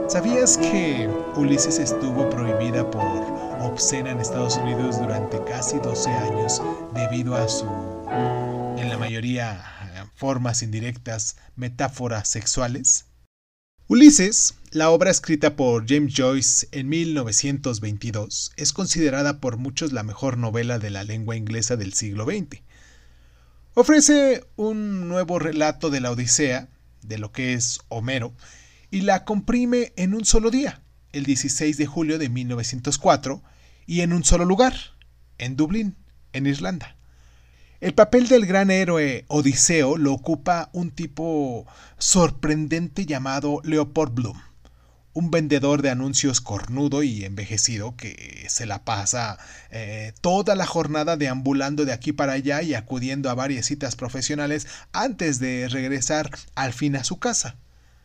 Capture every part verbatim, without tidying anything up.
¿Sabías que Ulises estuvo prohibida por obscena en Estados Unidos durante casi doce años debido a su, en la mayoría, formas indirectas, metáforas sexuales? Ulises, la obra escrita por James Joyce en mil novecientos veintidós, es considerada por muchos la mejor novela de la lengua inglesa del siglo veinte. Ofrece un nuevo relato de la Odisea, de lo que es Homero, y la comprime en un solo día, el dieciséis de julio de mil novecientos cuatro, y en un solo lugar, en Dublín, en Irlanda. El papel del gran héroe Odiseo lo ocupa un tipo sorprendente llamado Leopold Bloom, un vendedor de anuncios cornudo y envejecido que se la pasa eh, toda la jornada deambulando de aquí para allá y acudiendo a varias citas profesionales antes de regresar al fin a su casa.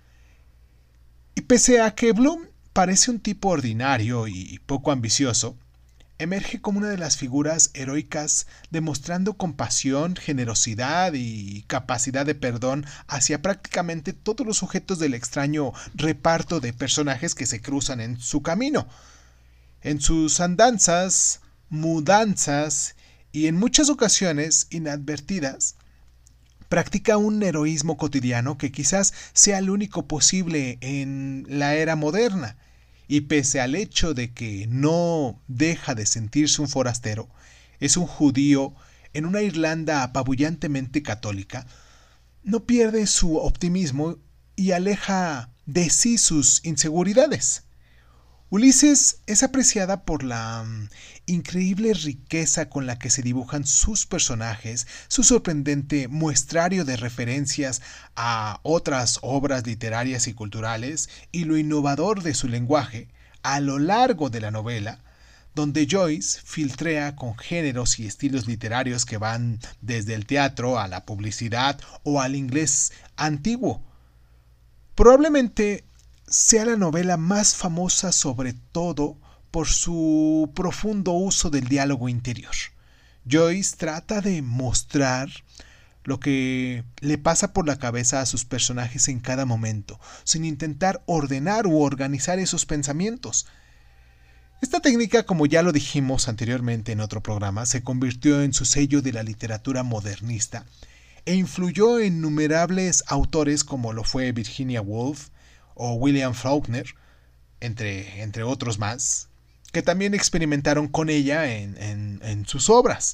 Y pese a que Bloom parece un tipo ordinario y poco ambicioso, emerge como una de las figuras heroicas demostrando compasión, generosidad y capacidad de perdón hacia prácticamente todos los sujetos del extraño reparto de personajes que se cruzan en su camino. En sus andanzas, mudanzas y en muchas ocasiones inadvertidas, practica un heroísmo cotidiano que quizás sea el único posible en la era moderna. Y pese al hecho de que no deja de sentirse un forastero, es un judío en una Irlanda apabullantemente católica, no pierde su optimismo y aleja de sí sus inseguridades. Ulises es apreciada por la um, increíble riqueza con la que se dibujan sus personajes, su sorprendente muestrario de referencias a otras obras literarias y culturales y lo innovador de su lenguaje a lo largo de la novela, donde Joyce filtrea con géneros y estilos literarios que van desde el teatro a la publicidad o al inglés antiguo. Probablemente sea la novela más famosa sobre todo por su profundo uso del diálogo interior. Joyce trata de mostrar lo que le pasa por la cabeza a sus personajes en cada momento, sin intentar ordenar u organizar esos pensamientos. Esta técnica, como ya lo dijimos anteriormente en otro programa, se convirtió en su sello de la literatura modernista e influyó en innumerables autores como lo fue Virginia Woolf o William Faulkner, entre, entre otros más, que también experimentaron con ella en, en, en sus obras.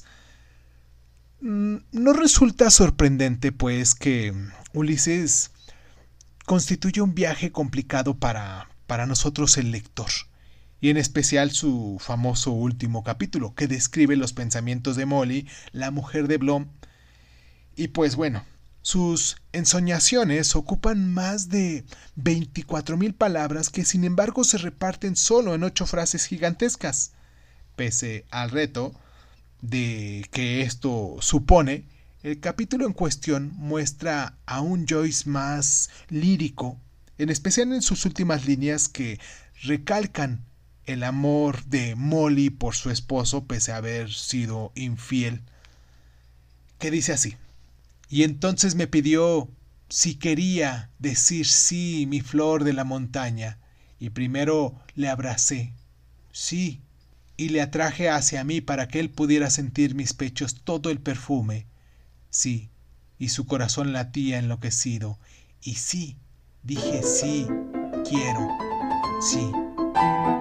No resulta sorprendente, pues, que Ulises constituye un viaje complicado para, para nosotros el lector, y en especial su famoso último capítulo, que describe los pensamientos de Molly, la mujer de Bloom, y pues bueno, sus ensoñaciones ocupan más de veinticuatro mil palabras que sin embargo se reparten solo en ocho frases gigantescas. Pese al reto de que esto supone, el capítulo en cuestión muestra a un Joyce más lírico, en especial en sus últimas líneas que recalcan el amor de Molly por su esposo pese a haber sido infiel, que dice así: y entonces me pidió si quería decir sí, mi flor de la montaña, y primero le abracé, sí, y le atraje hacia mí para que él pudiera sentir mis pechos todo el perfume, sí, y su corazón latía enloquecido, y sí, dije sí, quiero, sí.